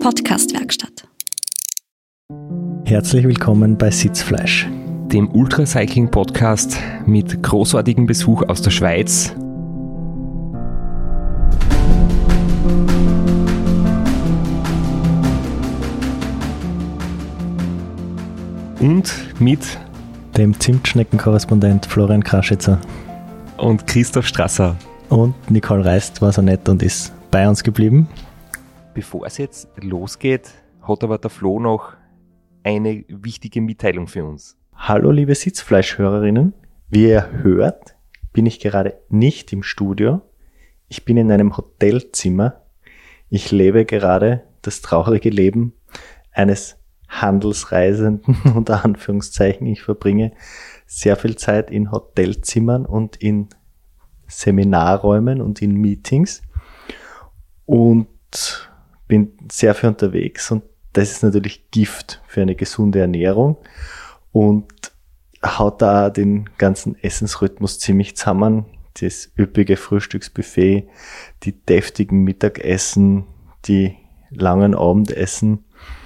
Podcast-Werkstatt. Herzlich willkommen bei Sitzfleisch, dem Ultracycling-Podcast mit großartigem Besuch aus der Schweiz. Und mit dem Zimtschnecken-Korrespondent Florian Kraschitzer und Christoph Strasser. Und Nicole Reist war so nett und ist bei uns geblieben. Bevor es jetzt losgeht, hat aber der Flo noch eine wichtige Mitteilung für uns. Hallo liebe Sitzfleischhörerinnen, wie ihr hört, bin ich gerade nicht im Studio. Ich bin in einem Hotelzimmer. Ich lebe gerade das traurige Leben eines Handelsreisenden, unter Anführungszeichen. Ich verbringe sehr viel Zeit in Hotelzimmern und in Seminarräumen und in Meetings und bin sehr viel unterwegs, und das ist natürlich Gift für eine gesunde Ernährung und haut da den ganzen Essensrhythmus ziemlich zusammen. Das üppige Frühstücksbuffet, die deftigen Mittagessen, die langen Abendessen.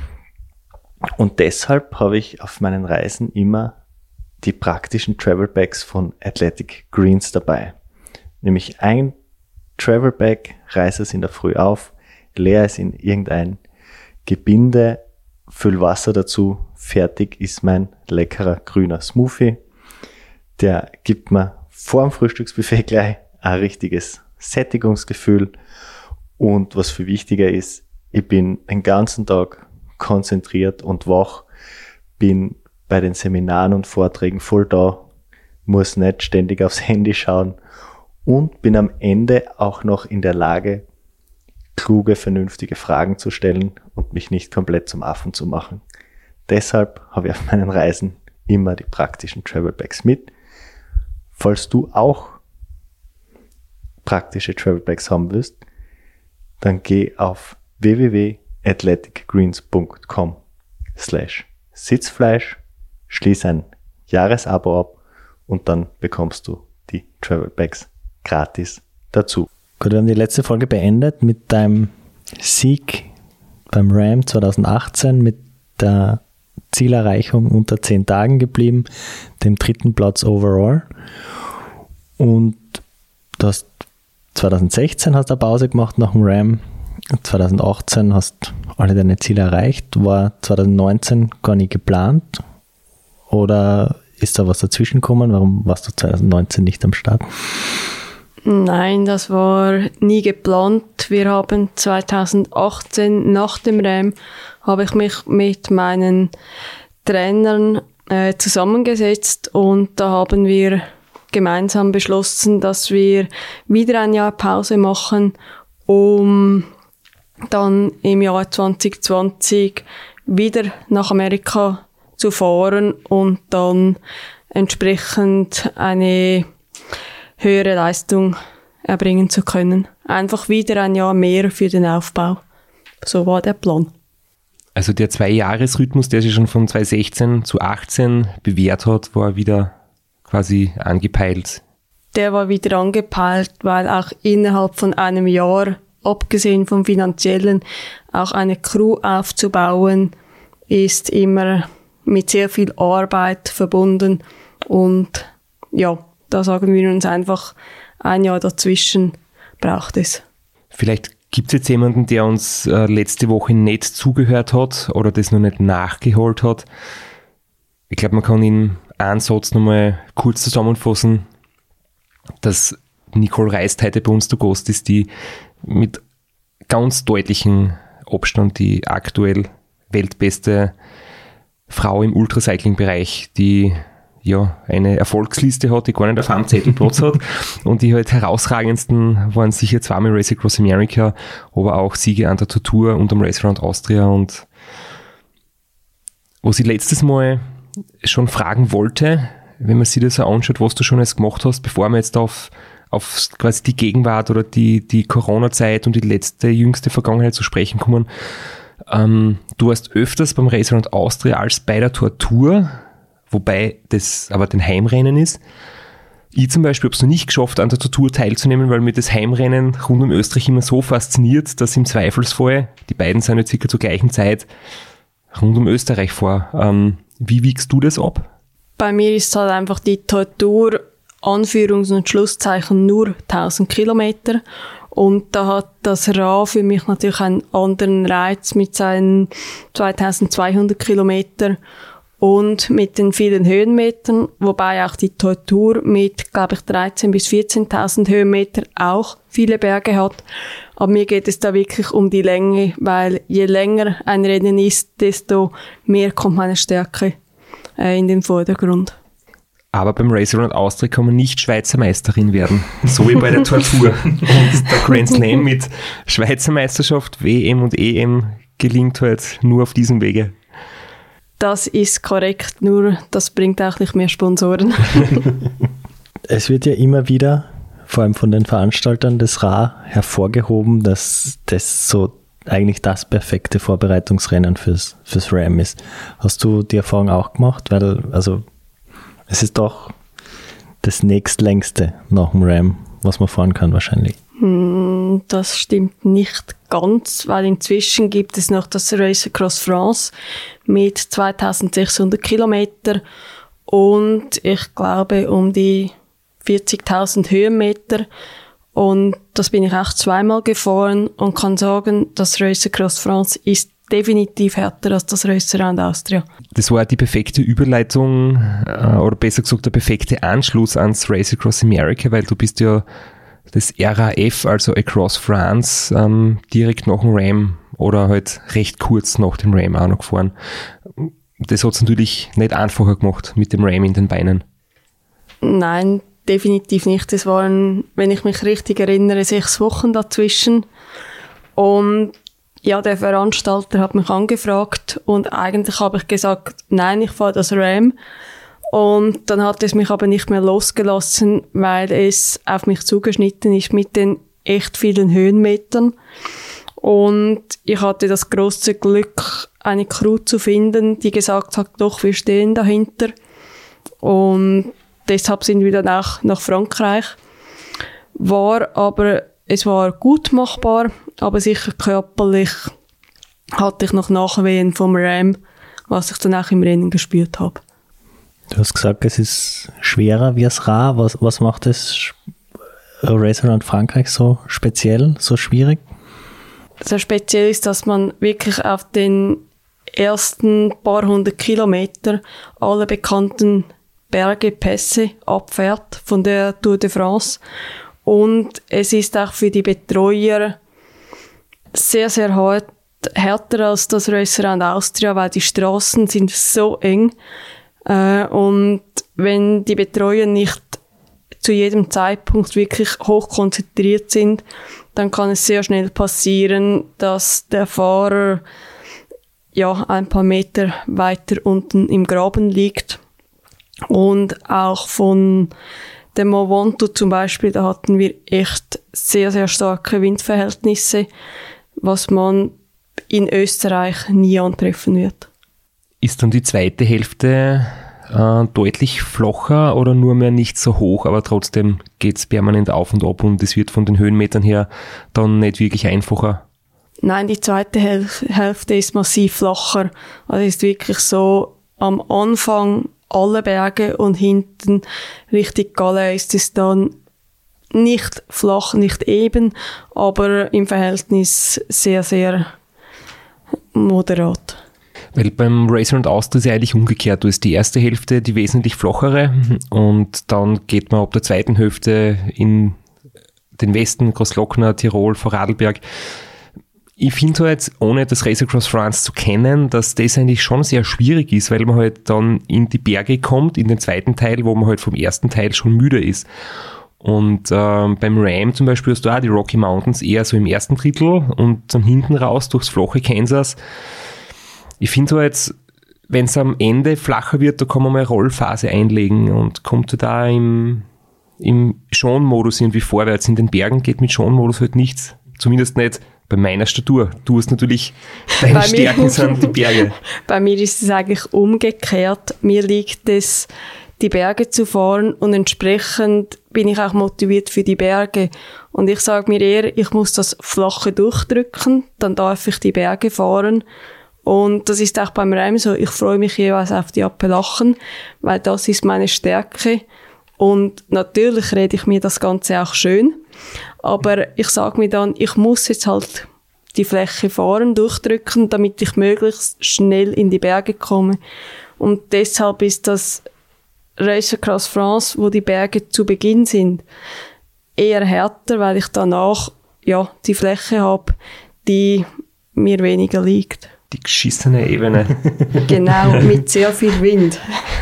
Und deshalb habe ich auf meinen Reisen immer die praktischen Travel Bags von Athletic Greens dabei. Nämlich ein Travel Bag, reiße es in der Früh auf, leer es in irgendein Gebinde, füll Wasser dazu, fertig ist mein leckerer grüner Smoothie. Der gibt mir vor dem Frühstücksbuffet gleich ein richtiges Sättigungsgefühl, und was viel wichtiger ist, ich bin den ganzen Tag konzentriert und wach, bin bei den Seminaren und Vorträgen voll da, muss nicht ständig aufs Handy schauen und bin am Ende auch noch in der Lage, kluge, vernünftige Fragen zu stellen und mich nicht komplett zum Affen zu machen. Deshalb habe ich auf meinen Reisen immer die praktischen Travel Bags mit. Falls du auch praktische Travel Bags haben willst, dann geh auf www.athleticgreens.com/Sitzfleisch, schließ ein Jahresabo ab und dann bekommst du die Travel Bags gratis dazu. Gut, wir haben die letzte Folge beendet mit deinem Sieg beim RAAM 2018 mit der Zielerreichung unter 10 Tagen geblieben, dem 3. Platz overall. Und du hast 2016 hast du eine Pause gemacht nach dem RAAM. 2018 hast alle deine Ziele erreicht. War 2019 gar nicht geplant? Oder ist da was dazwischen gekommen? Warum warst du 2019 nicht am Start? Nein, das war nie geplant. Wir haben 2018 nach dem RAAM habe ich mich mit meinen Trainern zusammengesetzt, und da haben wir gemeinsam beschlossen, dass wir wieder ein Jahr Pause machen, um dann im Jahr 2020 wieder nach Amerika zu fahren und dann entsprechend eine höhere Leistung erbringen zu können. Einfach wieder ein Jahr mehr für den Aufbau. So war der Plan. Also der 2-Jahres-Rhythmus, der sich schon von 2016 zu 2018 bewährt hat, war wieder quasi angepeilt. Der war wieder angepeilt, weil auch innerhalb von einem Jahr, abgesehen vom Finanziellen, auch eine Crew aufzubauen, ist immer mit sehr viel Arbeit verbunden. Und ja, da sagen wir uns einfach, ein Jahr dazwischen braucht es. Vielleicht gibt es jetzt jemanden, der uns letzte Woche nicht zugehört hat oder das noch nicht nachgeholt hat. Ich glaube, man kann in einen Satz nochmal kurz zusammenfassen, dass Nicole Reist heute bei uns zu Gast ist, die mit ganz deutlichem Abstand die aktuell weltbeste Frau im Ultracycling-Bereich, die ja eine Erfolgsliste hat, die gar nicht auf einem Zettel Platz hat, und die halt herausragendsten waren sicher zweimal Race Across America, aber auch Siege an der Tour und am Race Around Austria. Und was ich letztes Mal schon fragen wollte, wenn man sich das so anschaut, was du schon alles gemacht hast, bevor wir jetzt auf quasi die Gegenwart oder die Corona-Zeit und die jüngste Vergangenheit zu sprechen kommen. Du warst öfters beim Race Around Austria als bei der Tour, wobei das aber den Heimrennen ist. Ich zum Beispiel habe es noch nicht geschafft, an der Tour teilzunehmen, weil mir das Heimrennen rund um Österreich immer so fasziniert, dass im Zweifelsfall, die beiden sind ja circa zur gleichen Zeit, rund um Österreich fahre. Wie wiegst du das ab? Bei mir ist halt einfach die Tour Anführungs- und Schlusszeichen nur 1000 Kilometer. Und da hat das Rad für mich natürlich einen anderen Reiz mit seinen 2200 Kilometern und mit den vielen Höhenmetern, wobei auch die Tour mit, glaube ich, 13.000 bis 14.000 Höhenmeter auch viele Berge hat. Aber mir geht es da wirklich um die Länge, weil je länger ein Rennen ist, desto mehr kommt meine Stärke in den Vordergrund. Aber beim Race Around Austria kann man nicht Schweizer Meisterin werden, so wie bei der Tour. Und der Grand Slam mit Schweizer Meisterschaft, WM und EM gelingt halt nur auf diesem Wege. Das ist korrekt, nur das bringt auch nicht mehr Sponsoren. Es wird ja immer wieder, vor allem von den Veranstaltern des RA, hervorgehoben, dass das so eigentlich das perfekte Vorbereitungsrennen fürs RAM ist. Hast du die Erfahrung auch gemacht? Weil, also, es ist doch das nächstlängste nach dem RAM, was man fahren kann wahrscheinlich. Das stimmt nicht ganz, weil inzwischen gibt es noch das Race Across France mit 2600 Kilometer und ich glaube um die 40.000 Höhenmeter. Und das bin ich auch zweimal gefahren und kann sagen, das Race Across France ist definitiv härter als das Race Around Austria. Das war die perfekte Überleitung oder besser gesagt der perfekte Anschluss ans Race Across America, weil du bist ja das RAF, also Across France, direkt nach dem RAM oder halt recht kurz nach dem RAM auch noch gefahren. Das hat es natürlich nicht einfacher gemacht mit dem RAM in den Beinen. Nein, definitiv nicht. Es waren, wenn ich mich richtig erinnere, 6 Wochen dazwischen. Und ja, der Veranstalter hat mich angefragt und eigentlich habe ich gesagt, nein, ich fahre das RAM. Und dann hat es mich aber nicht mehr losgelassen, weil es auf mich zugeschnitten ist mit den echt vielen Höhenmetern. Und ich hatte das große Glück, eine Crew zu finden, die gesagt hat, doch, wir stehen dahinter. Und deshalb sind wir dann auch nach Frankreich. Es war gut machbar, aber sicher körperlich hatte ich noch Nachwehen vom RAM, was ich dann auch im Rennen gespürt habe. Du hast gesagt, es ist schwerer wie das RA. Was macht das Race Around Frankreich so speziell, so schwierig? So speziell ist, dass man wirklich auf den ersten paar 100 Kilometer alle bekannten Berge, Pässe abfährt von der Tour de France. Und es ist auch für die Betreuer sehr, sehr härter als das Race Around Austria, weil die Straßen sind so eng. Und wenn die Betreuer nicht zu jedem Zeitpunkt wirklich hoch konzentriert sind, dann kann es sehr schnell passieren, dass der Fahrer ein paar Meter weiter unten im Graben liegt. Und auch von dem Mont Ventoux zum Beispiel, da hatten wir echt sehr, sehr starke Windverhältnisse, was man in Österreich nie antreffen wird. Ist dann die zweite Hälfte deutlich flacher oder nur mehr nicht so hoch, aber trotzdem geht es permanent auf und ab und es wird von den Höhenmetern her dann nicht wirklich einfacher? Nein, die zweite Hälfte ist massiv flacher. Also es ist wirklich so, am Anfang alle Berge und hinten Richtung Galle ist es dann nicht flach, nicht eben, aber im Verhältnis sehr, sehr moderat. Weil beim Race Around Austria ist ja eigentlich umgekehrt. Du hast die erste Hälfte die wesentlich flachere und dann geht man ab der zweiten Hälfte in den Westen, Großglockner, Tirol, Vorarlberg. Ich finde halt, ohne das Race Across France zu kennen, dass das eigentlich schon sehr schwierig ist, weil man halt dann in die Berge kommt, in den zweiten Teil, wo man halt vom ersten Teil schon müde ist. Und beim RAM zum Beispiel hast du auch die Rocky Mountains eher so im ersten Drittel und dann hinten raus durchs flache Kansas. Ich finde halt, wenn es am Ende flacher wird, da kann man mal eine Rollphase einlegen und kommt da im Schonmodus irgendwie vorwärts. In den Bergen geht mit Schonmodus halt nichts. Zumindest nicht bei meiner Statur. Du hast natürlich, deine Stärken sind die Berge. Bei mir ist es eigentlich umgekehrt. Mir liegt es die Berge zu fahren und entsprechend bin ich auch motiviert für die Berge. Und ich sage mir eher, ich muss das Flache durchdrücken, dann darf ich die Berge fahren. Und das ist auch beim Reim so, ich freue mich jeweils auf die Appalachen, weil das ist meine Stärke. Und natürlich rede ich mir das Ganze auch schön, aber ich sage mir dann, ich muss jetzt halt die Fläche fahren, durchdrücken, damit ich möglichst schnell in die Berge komme. Und deshalb ist das Race Across France, wo die Berge zu Beginn sind, eher härter, weil ich danach die Fläche habe, die mir weniger liegt. Die geschissene Ebene. Genau, mit sehr viel Wind.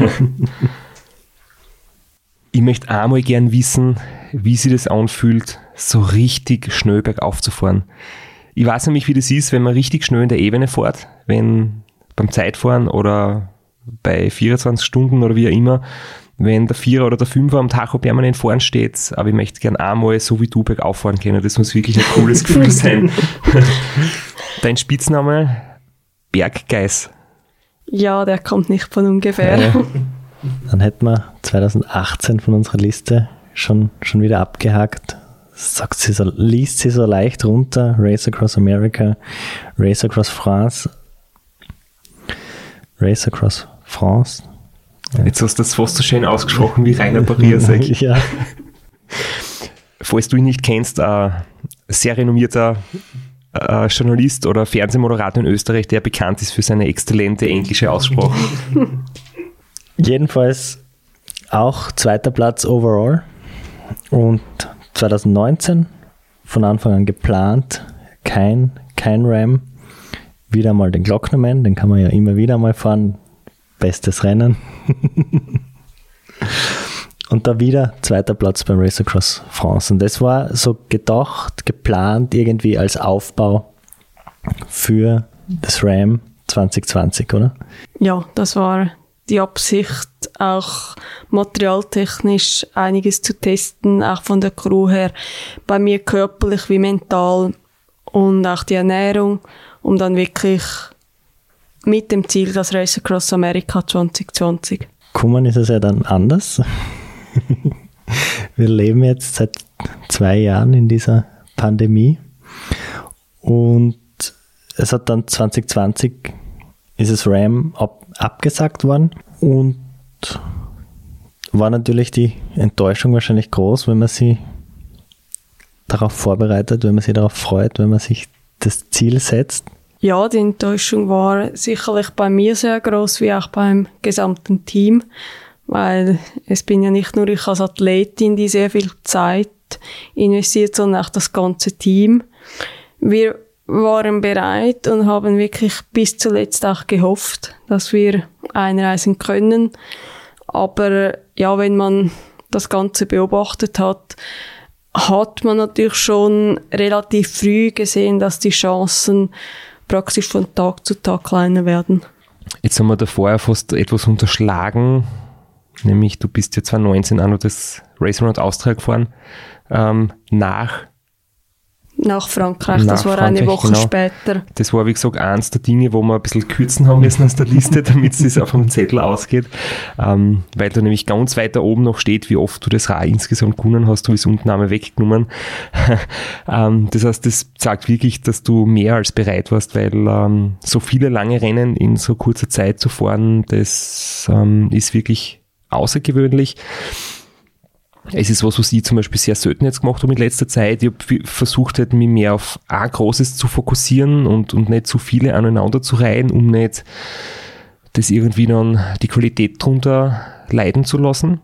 Ich möchte einmal gern wissen, wie sich das anfühlt, so richtig schnell bergauf zu fahren. Ich weiß nämlich, wie das ist, wenn man richtig schnell in der Ebene fährt, wenn beim Zeitfahren oder bei 24 Stunden oder wie auch immer, wenn der Vierer oder der Fünfer am Tacho permanent vorn steht, aber ich möchte gern einmal so wie du bergauf fahren können. Das muss wirklich ein cooles Gefühl sein. Dein Spitzname? Berggeiß. Ja, der kommt nicht von ungefähr. Ja. Dann hätten wir 2018 von unserer Liste schon wieder abgehakt. Liest sie so leicht runter. Race Across America, Race Across France. Race Across France. Ja. Jetzt hast du das fast so schön ausgesprochen wie Rainer Barrier. Ja. Falls du ihn nicht kennst, sehr renommierter Journalist oder Fernsehmoderator in Österreich, der bekannt ist für seine exzellente englische Aussprache. Jedenfalls auch 2. Platz overall und 2019 von Anfang an geplant, kein Ram, wieder mal den Glocknerman, den kann man ja immer wieder mal fahren, bestes Rennen. Und da wieder 2. Platz beim Race Across France. Und das war so gedacht, geplant irgendwie als Aufbau für das Ram 2020, oder? Ja, das war die Absicht, auch materialtechnisch einiges zu testen, auch von der Crew her, bei mir körperlich wie mental und auch die Ernährung, um dann wirklich mit dem Ziel das Race Across America 2020. Kommen ist es ja dann anders. Wir leben jetzt seit 2 Jahren in dieser Pandemie und es hat dann 2020 ist das Ram abgesagt worden und war natürlich die Enttäuschung wahrscheinlich groß, wenn man sich darauf vorbereitet, wenn man sich darauf freut, wenn man sich das Ziel setzt. Ja, die Enttäuschung war sicherlich bei mir sehr groß, wie auch beim gesamten Team, weil es bin ja nicht nur ich als Athletin, die sehr viel Zeit investiert, sondern auch das ganze Team. Wir waren bereit und haben wirklich bis zuletzt auch gehofft, dass wir einreisen können. Aber ja, wenn man das Ganze beobachtet hat, hat man natürlich schon relativ früh gesehen, dass die Chancen praktisch von Tag zu Tag kleiner werden. Jetzt haben wir da vorher fast etwas unterschlagen, nämlich du bist ja 2019 auch noch das Race Around Austria gefahren, nach Frankreich, das war eine Woche später. Das war, wie gesagt, eins der Dinge, wo wir ein bisschen kürzen haben müssen aus der Liste, damit es auf dem Zettel ausgeht, weil da nämlich ganz weiter oben noch steht, wie oft du das Rad insgesamt gewonnen hast, du bist unten einmal weggenommen. Das heißt, das sagt wirklich, dass du mehr als bereit warst, weil so viele lange Rennen in so kurzer Zeit zu fahren, das ist wirklich außergewöhnlich. Es ist was ich zum Beispiel sehr selten jetzt gemacht habe in letzter Zeit. Ich habe versucht, halt, mich mehr auf ein Großes zu fokussieren und nicht zu viele aneinander zu reihen, um nicht das irgendwie dann die Qualität drunter leiden zu lassen.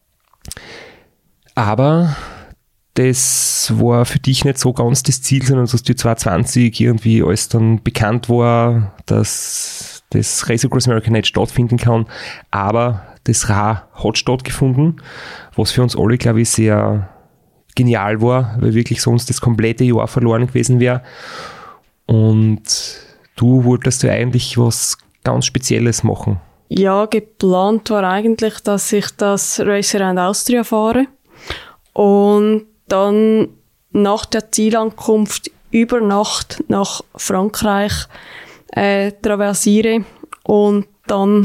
Aber das war für dich nicht so ganz das Ziel, sondern dass die 2020 irgendwie alles dann bekannt war, dass das Race Across America nicht stattfinden kann, aber das Rad hat stattgefunden, was für uns alle, glaube ich, sehr genial war, weil wirklich sonst das komplette Jahr verloren gewesen wäre. Und du wolltest ja eigentlich was ganz Spezielles machen. Ja, geplant war eigentlich, dass ich das Race Around Austria fahre und dann nach der Zielankunft über Nacht nach Frankreich traversiere und dann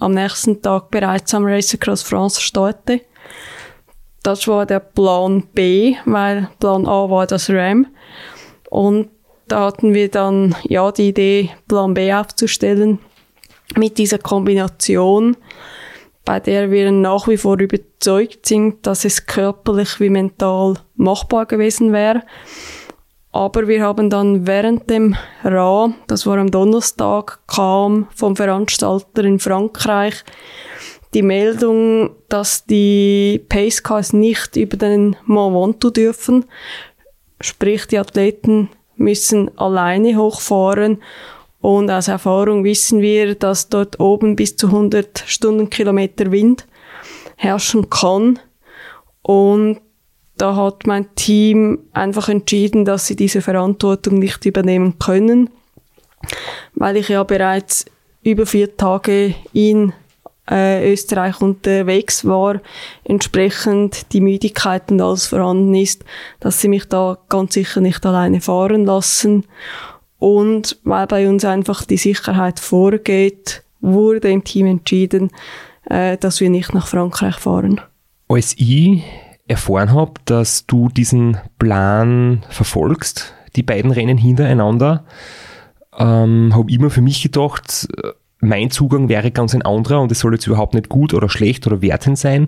am nächsten Tag bereits am Race Across France starte. Das war der Plan B, weil Plan A war das RAM. Und da hatten wir dann die Idee, Plan B aufzustellen mit dieser Kombination, bei der wir nach wie vor überzeugt sind, dass es körperlich wie mental machbar gewesen wäre. Aber wir haben dann während dem RA, das war am Donnerstag, kam vom Veranstalter in Frankreich die Meldung, dass die Pacecars nicht über den Mont Ventoux dürfen. Sprich, die Athleten müssen alleine hochfahren. Und aus Erfahrung wissen wir, dass dort oben bis zu 100 Stundenkilometer Wind herrschen kann. Und da hat mein Team einfach entschieden, dass sie diese Verantwortung nicht übernehmen können, weil ich ja bereits über 4 Tage in Österreich unterwegs war, entsprechend die Müdigkeit und alles vorhanden ist, dass sie mich da ganz sicher nicht alleine fahren lassen. Und weil bei uns einfach die Sicherheit vorgeht, wurde im Team entschieden, dass wir nicht nach Frankreich fahren. Als ich erfahren habe, dass du diesen Plan verfolgst, die beiden Rennen hintereinander, habe ich mir für mich gedacht, mein Zugang wäre ganz ein anderer und es soll jetzt überhaupt nicht gut oder schlecht oder wertend sein.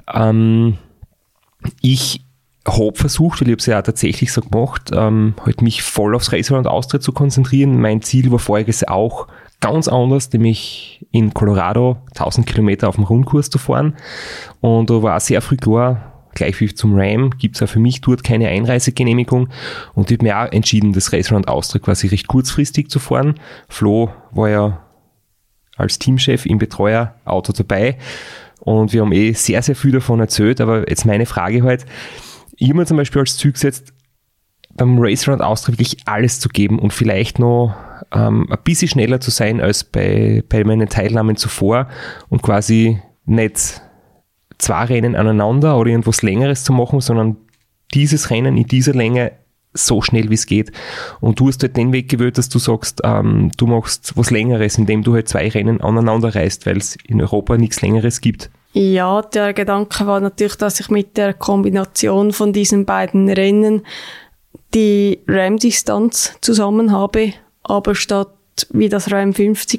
Ich habe versucht, weil ich habe es ja auch tatsächlich so gemacht, halt mich voll aufs Race Around Austria zu konzentrieren. Mein Ziel war voriges auch ganz anders, nämlich in Colorado 1000 Kilometer auf dem Rundkurs zu fahren. Und da war auch sehr früh klar, gleich wie zum RAM, gibt es auch für mich dort keine Einreisegenehmigung. Und ich habe mir auch entschieden, das Race Around Austria quasi recht kurzfristig zu fahren. Flo war ja als Teamchef im Betreuerauto dabei und wir haben sehr, sehr viel davon erzählt, aber jetzt meine Frage halt, ich habe mir zum Beispiel als Ziel gesetzt, beim Race Around Austria wirklich alles zu geben und vielleicht noch ein bisschen schneller zu sein als bei meinen Teilnahmen zuvor und quasi nicht 2 Rennen aneinander oder irgendwas Längeres zu machen, sondern dieses Rennen in dieser Länge so schnell wie es geht. Und du hast halt den Weg gewählt, dass du sagst, du machst was Längeres, indem du halt 2 Rennen aneinander reist, weil es in Europa nichts Längeres gibt. Ja, der Gedanke war natürlich, dass ich mit der Kombination von diesen beiden Rennen die RAM-Distanz zusammen habe, aber statt wie das RAM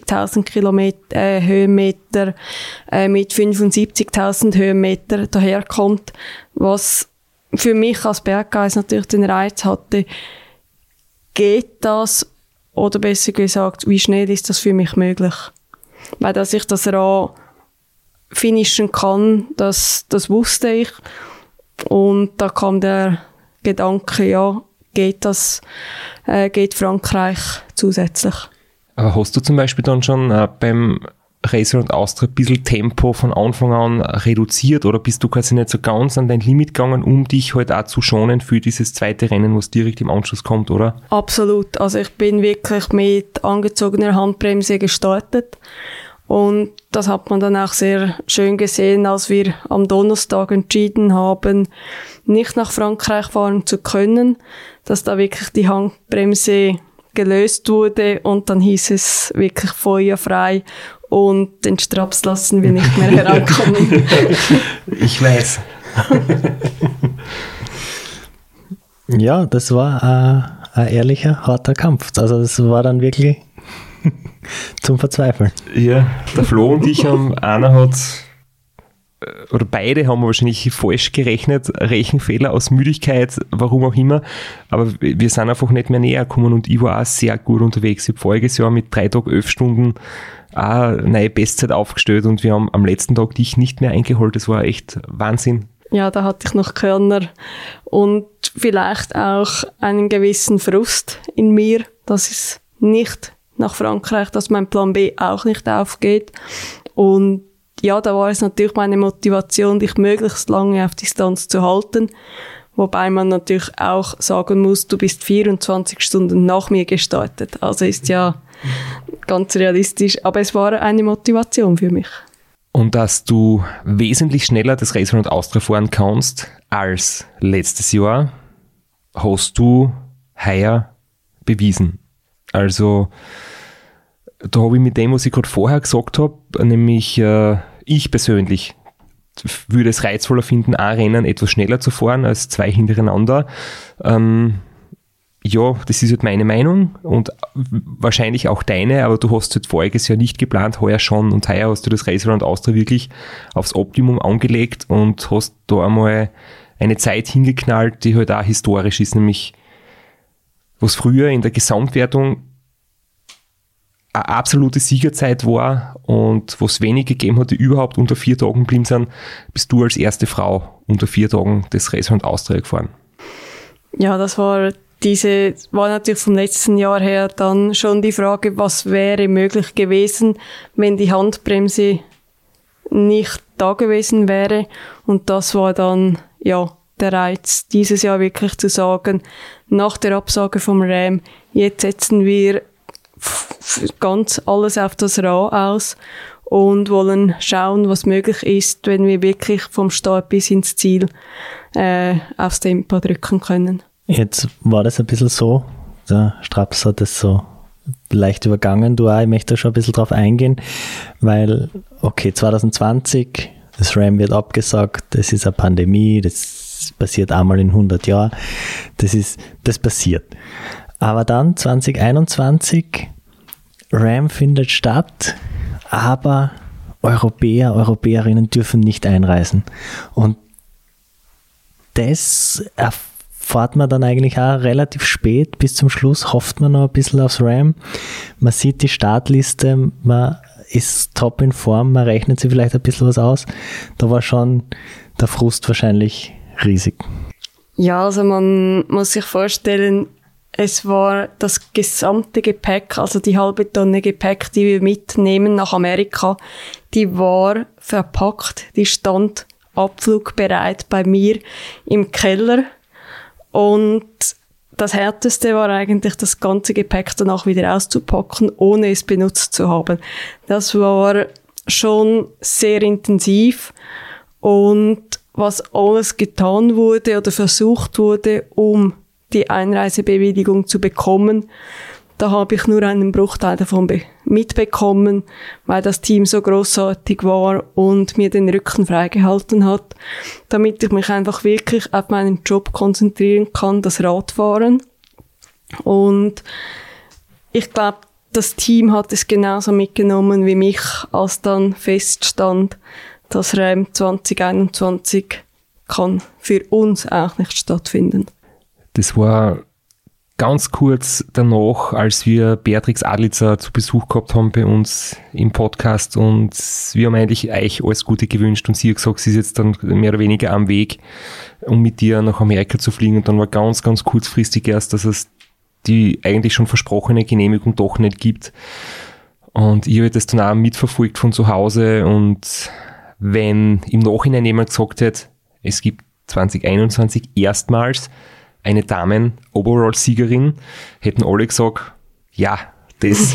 50.000 Höhenmeter mit 75.000 Höhenmeter daherkommt, was für mich als Berggeist natürlich den Reiz hatte, geht das, oder besser gesagt, wie schnell ist das für mich möglich? Weil, dass ich das RA finishen kann, das wusste ich. Und da kam der Gedanke, ja, geht Frankreich zusätzlich. Aber hast du zum Beispiel dann schon beim Race Around Austria ein bisschen Tempo von Anfang an reduziert oder bist du quasi nicht so ganz an dein Limit gegangen, um dich halt auch zu schonen für dieses zweite Rennen, was direkt im Anschluss kommt, oder? Absolut. Also ich bin wirklich mit angezogener Handbremse gestartet und das hat man dann auch sehr schön gesehen, als wir am Donnerstag entschieden haben, nicht nach Frankreich fahren zu können, dass da wirklich die Handbremse gelöst wurde und dann hieß es wirklich feuerfrei und den Straps lassen wir nicht mehr herankommen. Ich weiß. Ja, das war ein ehrlicher, harter Kampf. Also das war dann wirklich zum Verzweifeln. Ja, der Flo und ich haben, oder beide haben wahrscheinlich falsch gerechnet, Rechenfehler aus Müdigkeit, warum auch immer, aber wir sind einfach nicht mehr näher gekommen und ich war auch sehr gut unterwegs. Ich habe voriges Jahr mit 3 Tagen 11 Stunden eine neue Bestzeit aufgestellt und wir haben am letzten Tag dich nicht mehr eingeholt. Das war echt Wahnsinn. Ja, da hatte ich noch Körner und vielleicht auch einen gewissen Frust in mir, dass es nicht nach Frankreich, dass mein Plan B auch nicht aufgeht. Und ja, da war es natürlich meine Motivation, dich möglichst lange auf Distanz zu halten. Wobei man natürlich auch sagen muss, du bist 24 Stunden nach mir gestartet. Also ist ja ganz realistisch. Aber es war eine Motivation für mich. Und dass du wesentlich schneller das Race Around Austria fahren kannst als letztes Jahr, hast du heuer bewiesen. Also da habe ich mit dem, was ich gerade vorher gesagt habe, nämlich ich persönlich würde es reizvoller finden, ein Rennen etwas schneller zu fahren als 2 hintereinander. Ja, das ist halt meine Meinung und wahrscheinlich auch deine, aber du hast halt voriges Jahr nicht geplant, heuer schon, und heuer hast du das Race Around Austria wirklich aufs Optimum angelegt und hast da einmal eine Zeit hingeknallt, die halt auch historisch ist, nämlich was früher in der Gesamtwertung eine absolute Siegerzeit war und was wenig gegeben hat, die überhaupt unter 4 Tagen geblieben sind, bist du als erste Frau unter 4 Tagen das Race Around Austria gefahren. Ja, das war natürlich vom letzten Jahr her dann schon die Frage, was wäre möglich gewesen, wenn die Handbremse nicht da gewesen wäre. Und das war dann, ja, der Reiz, dieses Jahr wirklich zu sagen, nach der Absage vom RAM, jetzt setzen wir ganz alles auf das Ra aus und wollen schauen, was möglich ist, wenn wir wirklich vom Start bis ins Ziel aufs Tempo drücken können. Jetzt war das ein bisschen so, der Straps hat das so leicht übergangen, du auch, ich möchte da schon ein bisschen drauf eingehen, weil, okay, 2020, das RAM wird abgesagt, das ist eine Pandemie, das passiert einmal in 100 Jahren, das passiert. Aber dann 2021, RAM findet statt, aber Europäerinnen dürfen nicht einreisen. Und das erfährt man dann eigentlich auch relativ spät. Bis zum Schluss hofft man noch ein bisschen aufs RAM. Man sieht die Startliste, man ist top in Form, man rechnet sich vielleicht ein bisschen was aus. Da war schon der Frust wahrscheinlich riesig. Ja, also man muss sich vorstellen, es war das gesamte Gepäck, also die halbe Tonne Gepäck, die wir mitnehmen nach Amerika, die war verpackt, die stand abflugbereit bei mir im Keller. Und das Härteste war eigentlich, das ganze Gepäck danach wieder auszupacken, ohne es benutzt zu haben. Das war schon sehr intensiv. Und was alles getan wurde oder versucht wurde, um die Einreisebewilligung zu bekommen, da habe ich nur einen Bruchteil davon mitbekommen, weil das Team so großartig war und mir den Rücken freigehalten hat, damit ich mich einfach wirklich auf meinen Job konzentrieren kann, das Radfahren. Und ich glaube, das Team hat es genauso mitgenommen wie mich, als dann feststand, dass RAM 2021 kann für uns auch nicht stattfinden. Das war ganz kurz danach, als wir Beatrix Adlitzer zu Besuch gehabt haben bei uns im Podcast, und wir haben eigentlich euch alles Gute gewünscht und sie hat gesagt, sie ist jetzt dann mehr oder weniger am Weg, um mit dir nach Amerika zu fliegen, und dann war ganz, ganz kurzfristig erst, dass es die eigentlich schon versprochene Genehmigung doch nicht gibt, und ich habe das dann auch mitverfolgt von zu Hause, und wenn im Nachhinein jemand gesagt hätte, es gibt 2021 erstmals eine Damen-Overall-Siegerin, hätten alle gesagt, ja, das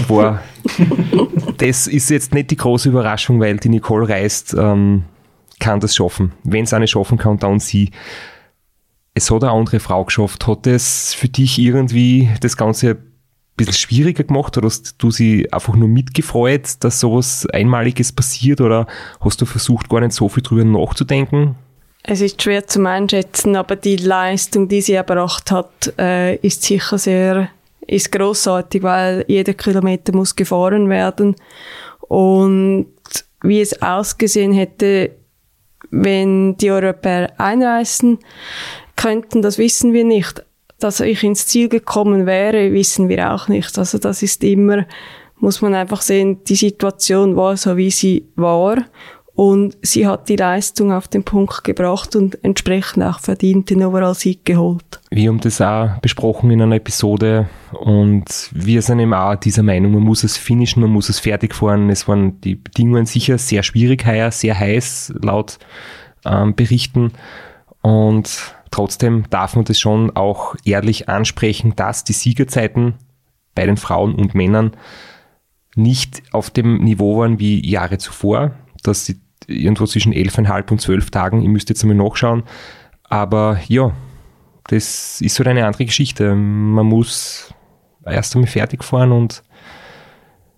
ist jetzt nicht die große Überraschung, weil die Nicole Reist kann das schaffen. Wenn es eine schaffen kann, dann sie. Es hat eine andere Frau geschafft. Hat das für dich irgendwie das Ganze ein bisschen schwieriger gemacht, oder hast du sie einfach nur mitgefreut, dass sowas Einmaliges passiert, oder hast du versucht, gar nicht so viel drüber nachzudenken? Es ist schwer zu einschätzen, aber die Leistung, die sie erbracht hat, ist sicher ist grossartig, weil jeder Kilometer muss gefahren werden. Und wie es ausgesehen hätte, wenn die Europäer einreisen könnten, das wissen wir nicht. Dass ich ins Ziel gekommen wäre, wissen wir auch nicht. Also das ist immer, muss man einfach sehen, die Situation war so, wie sie war. Und sie hat die Leistung auf den Punkt gebracht und entsprechend auch verdient den Overall-Sieg geholt. Wir haben das auch besprochen in einer Episode, und wir sind eben auch dieser Meinung, man muss es finishen, man muss es fertig fahren. Es waren die Bedingungen sicher sehr schwierig heuer, sehr heiß laut Berichten, und trotzdem darf man das schon auch ehrlich ansprechen, dass die Siegerzeiten bei den Frauen und Männern nicht auf dem Niveau waren wie Jahre zuvor, dass sie irgendwo zwischen 11,5 und 12 Tagen, ich müsste jetzt einmal nachschauen, aber ja, das ist halt eine andere Geschichte. Man muss erst einmal fertig fahren, und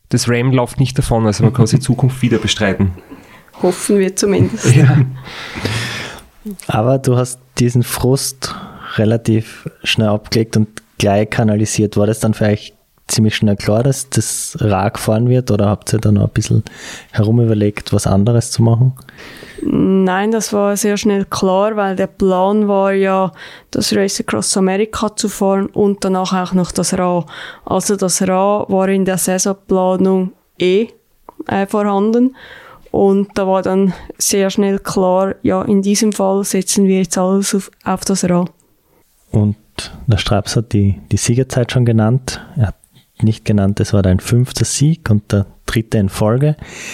das Ram läuft nicht davon, also man kann es in Zukunft wieder bestreiten. Hoffen wir zumindest. Ja. Aber du hast diesen Frust relativ schnell abgelegt und gleich kanalisiert. War das dann für euch ziemlich schnell klar, dass das Rad gefahren wird, oder habt ihr da noch ein bisschen herumüberlegt, was anderes zu machen? Nein, das war sehr schnell klar, weil der Plan war ja, das Race Across America zu fahren und danach auch noch das Rad. Also das Rad war in der Saisonplanung vorhanden und da war dann sehr schnell klar, ja, in diesem Fall setzen wir jetzt alles auf das Rad. Und der Straps hat die Siegerzeit schon genannt. Er hat nicht genannt, das war dein 5. Sieg und der 3. in Folge.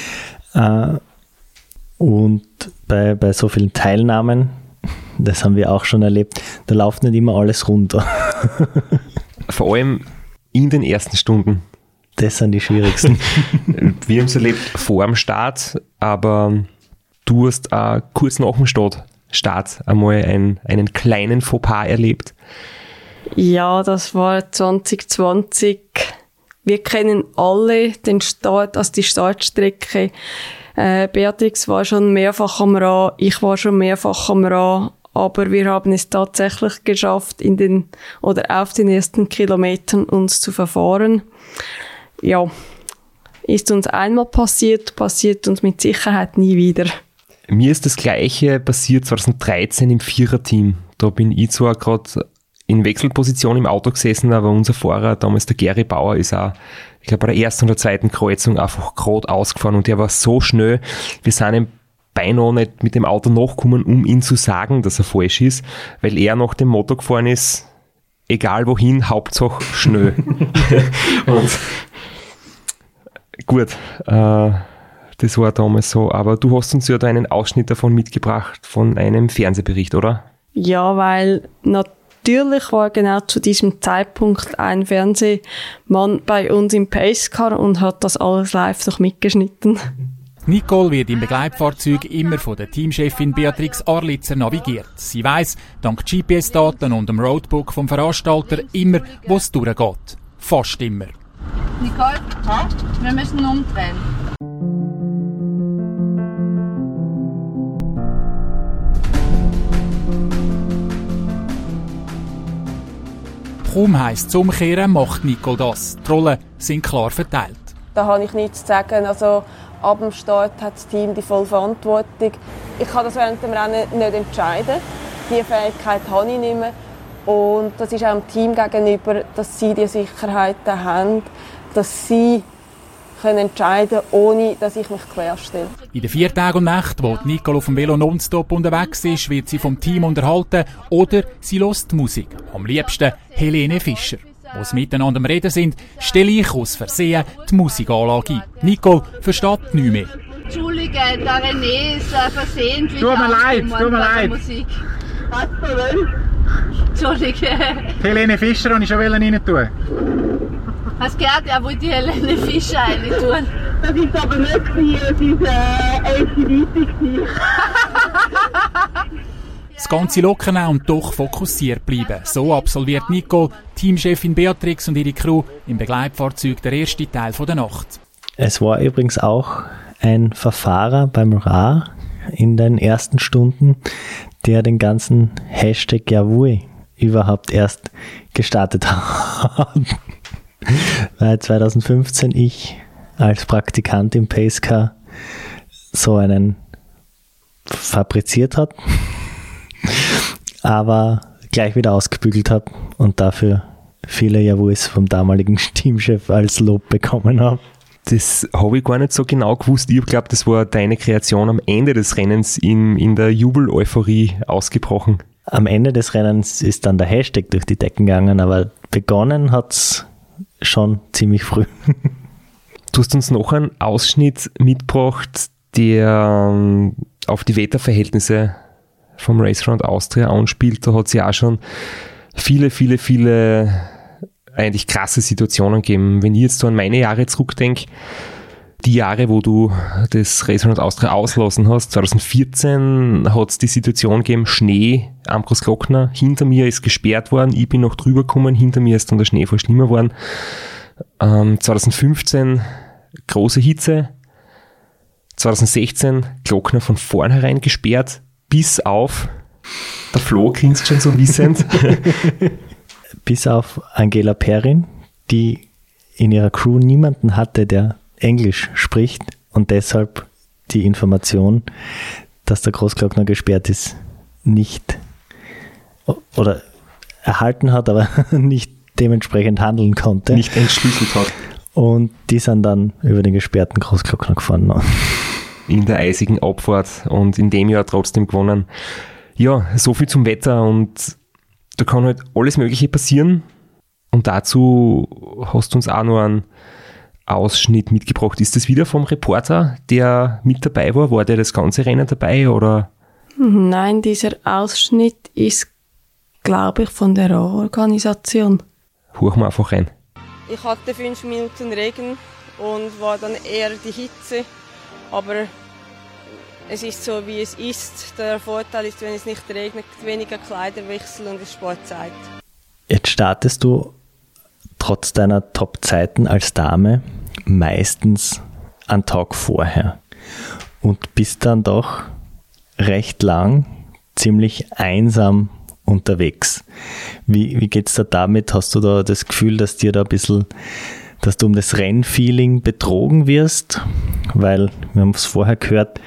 Und bei so vielen Teilnahmen, das haben wir auch schon erlebt, da läuft nicht immer alles runter. Vor allem in den ersten Stunden. Das sind die schwierigsten. Wir haben es erlebt vor dem Start, aber du hast auch kurz nach dem Start einmal einen kleinen Fauxpas erlebt. Ja, das war 2020. Wir kennen alle den Start, also die Startstrecke. Beatrix war schon mehrfach am Rad, ich war schon mehrfach am Rad, aber wir haben es tatsächlich geschafft, auf den ersten Kilometern uns zu verfahren. Ja, ist uns einmal passiert uns mit Sicherheit nie wieder. Mir ist das Gleiche passiert 2013 im Viererteam. Da bin ich zwar gerade in Wechselposition im Auto gesessen, aber unser Fahrer, damals der Gary Bauer, ist auch, ich glaube, bei der ersten oder zweiten Kreuzung einfach gerade ausgefahren und der war so schnell, wir sind ihm beinahe nicht mit dem Auto nachgekommen, um ihm zu sagen, dass er falsch ist, weil er nach dem Motto gefahren ist, egal wohin, Hauptsache schnell. Und gut, das war damals so, aber du hast uns ja da einen Ausschnitt davon mitgebracht, von einem Fernsehbericht, oder? Ja, weil natürlich war genau zu diesem Zeitpunkt ein Fernsehmann bei uns im Pacecar und hat das alles live noch mitgeschnitten. Nicole wird im Begleitfahrzeug immer von der Teamchefin Beatrix Arlitzer navigiert. Sie weiss, dank GPS-Daten und dem Roadbook vom Veranstalter immer, wo es durchgeht. Fast immer. Nicole, wir müssen umdrehen. Kaum heisst es umkehren, macht Nicole das. Die Rollen sind klar verteilt. Da habe ich nichts zu sagen. Also, ab dem Start hat das Team die volle Verantwortung. Ich kann das während dem Rennen nicht entscheiden. Diese Fähigkeit habe ich nicht mehr. Und das ist auch dem Team gegenüber, dass sie die Sicherheiten haben, dass sie können entscheiden, ohne dass ich mich querstelle. In den 4 Tagen und Nächten, wo Nicole auf dem Velo nonstop unterwegs ist, wird sie vom Team unterhalten oder sie hört Musik. Am liebsten Helene Fischer. Wo sie miteinander am Reden sind, stelle ich aus Versehen die Musikanlage ein. Nicole versteht nichts mehr. Entschuldige, der René ist versehentlich Tut mir leid. Musik. Was denn? Entschuldige. Helene Fischer wollte ich schon rein tun. Hast gehört, er wollte die Helene Fischer rein tun. Das ist aber nicht gewesen, es ist ACDC. Das Ganze locker nehmen und doch fokussiert bleiben. So absolviert Nicole, Teamchefin Beatrix und ihre Crew im Begleitfahrzeug der erste Teil der Nacht. Es war übrigens auch ein Verfahrer beim Ra in den ersten Stunden, der den ganzen Hashtag Jawohl überhaupt erst gestartet hat. Weil 2015 ich als Praktikant im Pacecar so einen fabriziert habe, aber gleich wieder ausgebügelt habe und dafür viele Jawohls vom damaligen Teamchef als Lob bekommen habe. Das habe ich gar nicht so genau gewusst. Ich glaube, das war deine Kreation am Ende des Rennens in der Jubel-Euphorie ausgebrochen. Am Ende des Rennens ist dann der Hashtag durch die Decken gegangen, aber begonnen hat es schon ziemlich früh. Du hast uns noch einen Ausschnitt mitgebracht, der auf die Wetterverhältnisse vom Race Around Austria anspielt. Da hat es ja auch schon viele eigentlich krasse Situationen gegeben. Wenn ich jetzt so an meine Jahre zurückdenke, die Jahre, wo du das Race Around Austria auslassen hast, 2014 hat es die Situation gegeben, Schnee am Großglockner, hinter mir ist gesperrt worden, ich bin noch drüber gekommen, hinter mir ist dann der Schnee voll schlimmer geworden. 2015 große Hitze. 2016 Glockner von vornherein gesperrt, bis auf, der Flo grinst schon so wissend. Bis auf Angela Perrin, die in ihrer Crew niemanden hatte, der Englisch spricht und deshalb die Information, dass der Großglockner gesperrt ist, nicht oder erhalten hat, aber nicht dementsprechend handeln konnte. Nicht entschlüsselt hat. Und die sind dann über den gesperrten Großglockner gefahren. In der eisigen Abfahrt und in dem Jahr trotzdem gewonnen. Ja, so viel zum Wetter und da kann halt alles Mögliche passieren. Und dazu hast du uns auch noch einen Ausschnitt mitgebracht. Ist das wieder vom Reporter, der mit dabei war? War der das ganze Rennen dabei, oder? Nein, dieser Ausschnitt ist, glaube ich, von der Organisation. Hören wir einfach rein. Ich hatte 5 Minuten Regen und war dann eher die Hitze, aber es ist so, wie es ist. Der Vorteil ist, wenn es nicht regnet, weniger Kleiderwechsel und es spart Zeit. Jetzt startest du trotz deiner Top-Zeiten als Dame meistens einen Tag vorher und bist dann doch recht lang ziemlich einsam unterwegs. Wie geht's da damit? Hast du da das Gefühl, dass dir da ein bisschen, dass du um das Rennfeeling betrogen wirst? Weil, wir haben es vorher gehört,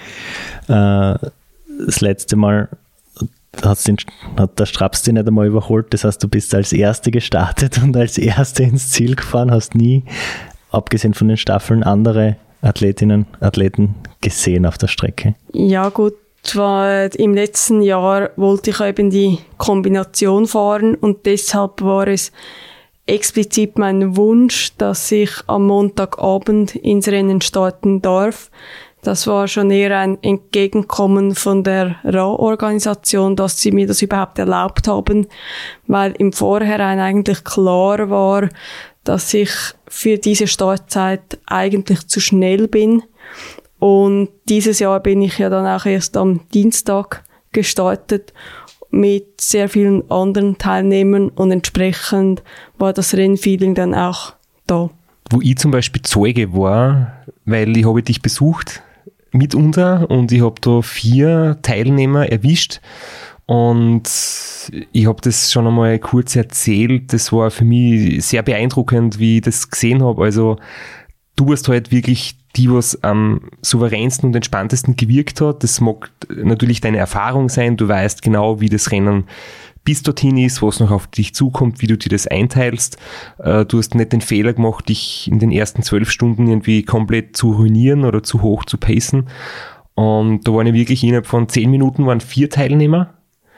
das letzte Mal hat der Straps dich nicht einmal überholt, das heißt, du bist als Erste gestartet und als Erste ins Ziel gefahren, hast nie, abgesehen von den Staffeln, andere Athletinnen, Athleten gesehen auf der Strecke. Ja gut, im letzten Jahr wollte ich eben die Kombination fahren und deshalb war es explizit mein Wunsch, dass ich am Montagabend ins Rennen starten darf. Das war schon eher ein Entgegenkommen von der RA-Organisation, dass sie mir das überhaupt erlaubt haben, weil im Vorhinein eigentlich klar war, dass ich für diese Startzeit eigentlich zu schnell bin. Und dieses Jahr bin ich ja dann auch erst am Dienstag gestartet mit sehr vielen anderen Teilnehmern und entsprechend war das Rennfeeling dann auch da. Wo ich zum Beispiel Zeuge war, weil ich habe dich besucht mitunter und ich habe da 4 Teilnehmer erwischt und ich habe das schon einmal kurz erzählt. Das war für mich sehr beeindruckend, wie ich das gesehen habe. Also du hast halt wirklich die, was am souveränsten und entspanntesten gewirkt hat. Das mag natürlich deine Erfahrung sein. Du weißt genau, wie das Rennen bis dorthin ist, was noch auf dich zukommt, wie du dir das einteilst. Du hast nicht den Fehler gemacht, dich in den ersten 12 Stunden irgendwie komplett zu ruinieren oder zu hoch zu pacen. Und da waren ja wirklich innerhalb von 10 Minuten waren 4 Teilnehmer.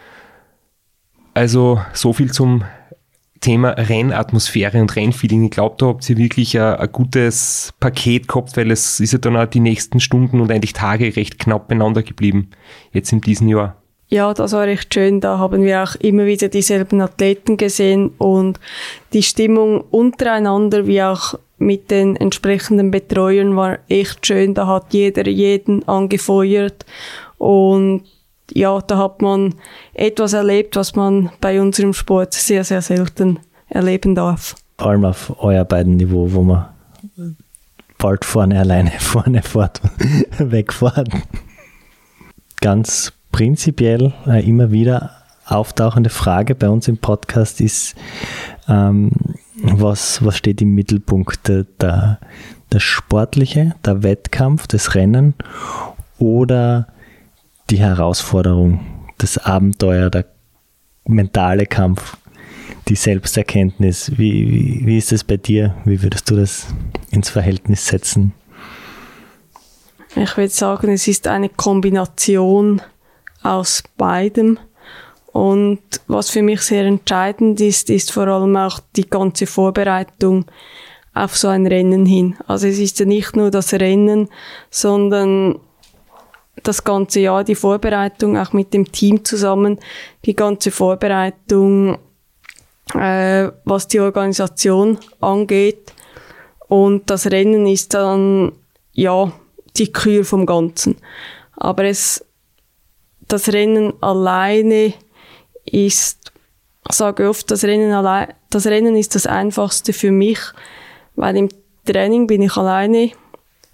Also so viel zum Thema Rennatmosphäre und Rennfeeling. Ich glaube, da habt ihr wirklich ein gutes Paket gehabt, weil es ist ja dann auch die nächsten Stunden und eigentlich Tage recht knapp beieinander geblieben, jetzt in diesem Jahr. Ja, das war recht schön. Da haben wir auch immer wieder dieselben Athleten gesehen und die Stimmung untereinander wie auch mit den entsprechenden Betreuern war echt schön. Da hat jeder jeden angefeuert und ja, da hat man etwas erlebt, was man bei unserem Sport sehr, sehr selten erleben darf. Vor allem auf euer beiden Niveau, wo man bald vorne fährt, wegfahren. Ganz prinzipiell immer wieder auftauchende Frage bei uns im Podcast ist, was steht im Mittelpunkt? Der Sportliche, der Wettkampf, das Rennen oder die Herausforderung, das Abenteuer, der mentale Kampf, die Selbsterkenntnis. Wie ist das bei dir? Wie würdest du das ins Verhältnis setzen? Ich würde sagen, es ist eine Kombination aus beidem. Und was für mich sehr entscheidend ist vor allem auch die ganze Vorbereitung auf so ein Rennen hin. Also es ist ja nicht nur das Rennen, sondern das ganze Jahr die Vorbereitung, auch mit dem Team zusammen, die ganze Vorbereitung, was die Organisation angeht. Und das Rennen ist dann, ja, die Kür vom Ganzen. Aber das Rennen alleine ist, ich sage oft, das Rennen ist das Einfachste für mich, weil im Training bin ich alleine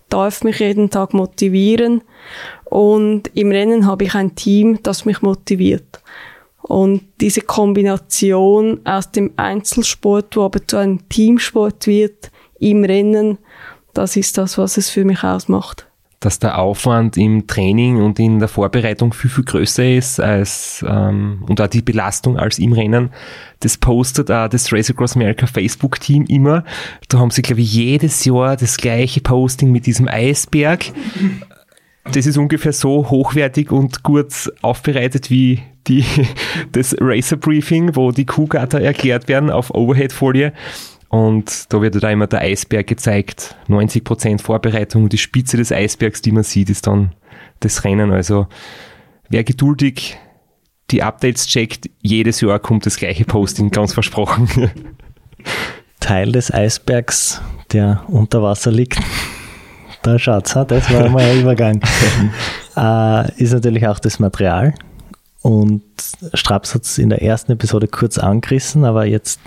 darf mich jeden Tag motivieren und im Rennen habe ich ein Team, das mich motiviert. Und diese Kombination aus dem Einzelsport, wo aber zu einem Teamsport wird, im Rennen, das ist das, was es für mich ausmacht. Dass der Aufwand im Training und in der Vorbereitung viel, viel größer ist als und auch die Belastung als im Rennen. Das postet auch das Race Across America Facebook-Team immer. Da haben sie, glaube ich, jedes Jahr das gleiche Posting mit diesem Eisberg. Das ist ungefähr so hochwertig und gut aufbereitet wie das Racer Briefing, wo die Kuhgatter erklärt werden auf Overhead-Folie. Und da wird da immer der Eisberg gezeigt. 90% Vorbereitung, die Spitze des Eisbergs, die man sieht, ist dann das Rennen. Also wer geduldig die Updates checkt, jedes Jahr kommt das gleiche Posting, ganz versprochen. Teil des Eisbergs, der unter Wasser liegt. Da schaut's, das war mal ein Übergang. Ist natürlich auch das Material. Und Straps hat es in der ersten Episode kurz angerissen, aber jetzt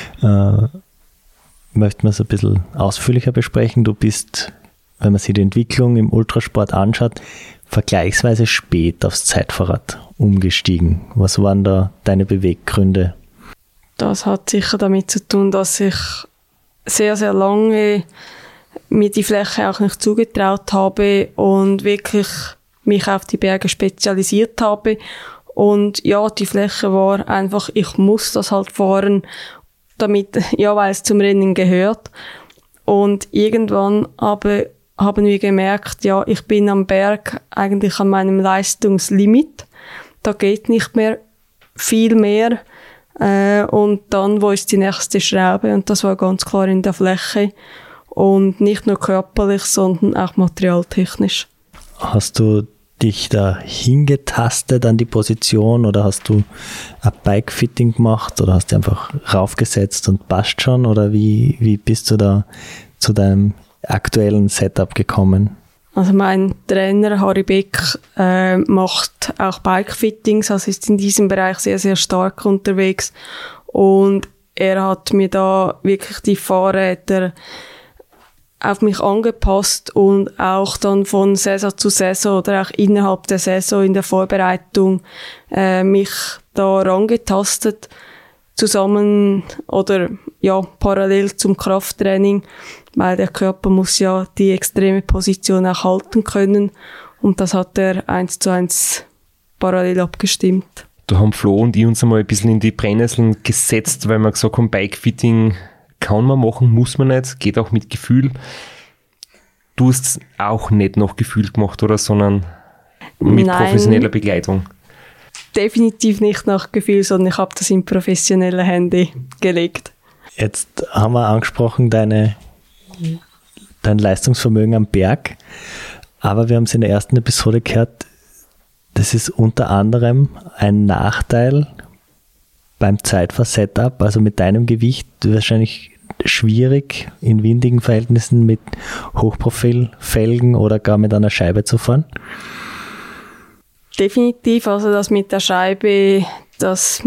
möchten wir es ein bisschen ausführlicher besprechen. Du bist, wenn man sich die Entwicklung im Ultrasport anschaut, vergleichsweise spät aufs Zeitfahrrad umgestiegen. Was waren da deine Beweggründe? Das hat sicher damit zu tun, dass ich sehr, sehr lange mir die Fläche auch nicht zugetraut habe und wirklich mich auf die Berge spezialisiert habe. Und ja, die Fläche war einfach, ich muss das halt fahren, damit, ja, weil es zum Rennen gehört. Und irgendwann haben wir gemerkt, ja, ich bin am Berg eigentlich an meinem Leistungslimit. Da geht nicht mehr viel mehr. Und dann, wo ist die nächste Schraube? Und das war ganz klar in der Fläche. Und nicht nur körperlich, sondern auch materialtechnisch. Hast du dich da hingetastet an die Position oder hast du ein Bike-Fitting gemacht oder hast du einfach raufgesetzt und passt schon? Oder wie bist du da zu deinem aktuellen Setup gekommen? Also mein Trainer Harry Beck macht auch Bike-Fittings, also ist in diesem Bereich sehr, sehr stark unterwegs. Und er hat mir da wirklich die Fahrräder auf mich angepasst und auch dann von Saison zu Saison oder auch innerhalb der Saison in der Vorbereitung mich da rangetastet, zusammen oder ja parallel zum Krafttraining, weil der Körper muss ja die extreme Position auch halten können und das hat er 1:1 parallel abgestimmt. Da haben Flo und ich uns einmal ein bisschen in die Brennnesseln gesetzt, weil wir gesagt haben, Bikefitting kann man machen, muss man nicht, geht auch mit Gefühl. Du hast es auch nicht nach Gefühl gemacht, oder? Sondern mit professioneller Begleitung. Definitiv nicht nach Gefühl, sondern ich habe das in professionelle Hände gelegt. Jetzt haben wir angesprochen, dein Leistungsvermögen am Berg, aber wir haben es in der ersten Episode gehört, das ist unter anderem ein Nachteil beim Zeitfahr-Setup, also mit deinem Gewicht wahrscheinlich schwierig in windigen Verhältnissen mit Hochprofilfelgen oder gar mit einer Scheibe zu fahren? Definitiv, also das mit der Scheibe, das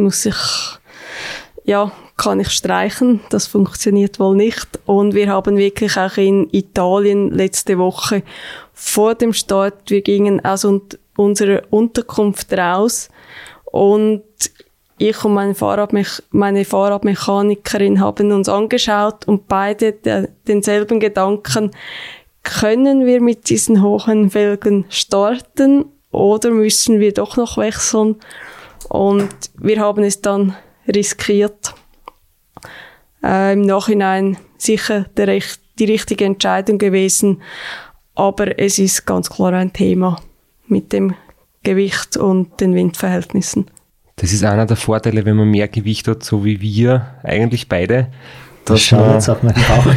kann ich streichen, das funktioniert wohl nicht. Und wir haben wirklich auch in Italien letzte Woche vor dem Start, wir gingen aus unserer Unterkunft raus und ich und meine Fahrradmechanikerin haben uns angeschaut und beide denselben Gedanken, können wir mit diesen hohen Felgen starten oder müssen wir doch noch wechseln? Und wir haben es dann riskiert. Im Nachhinein sicher die richtige Entscheidung gewesen, aber es ist ganz klar ein Thema mit dem Gewicht und den Windverhältnissen. Das ist einer der Vorteile, wenn man mehr Gewicht hat, so wie wir, eigentlich beide. Das schaut jetzt auf meinen Bauch.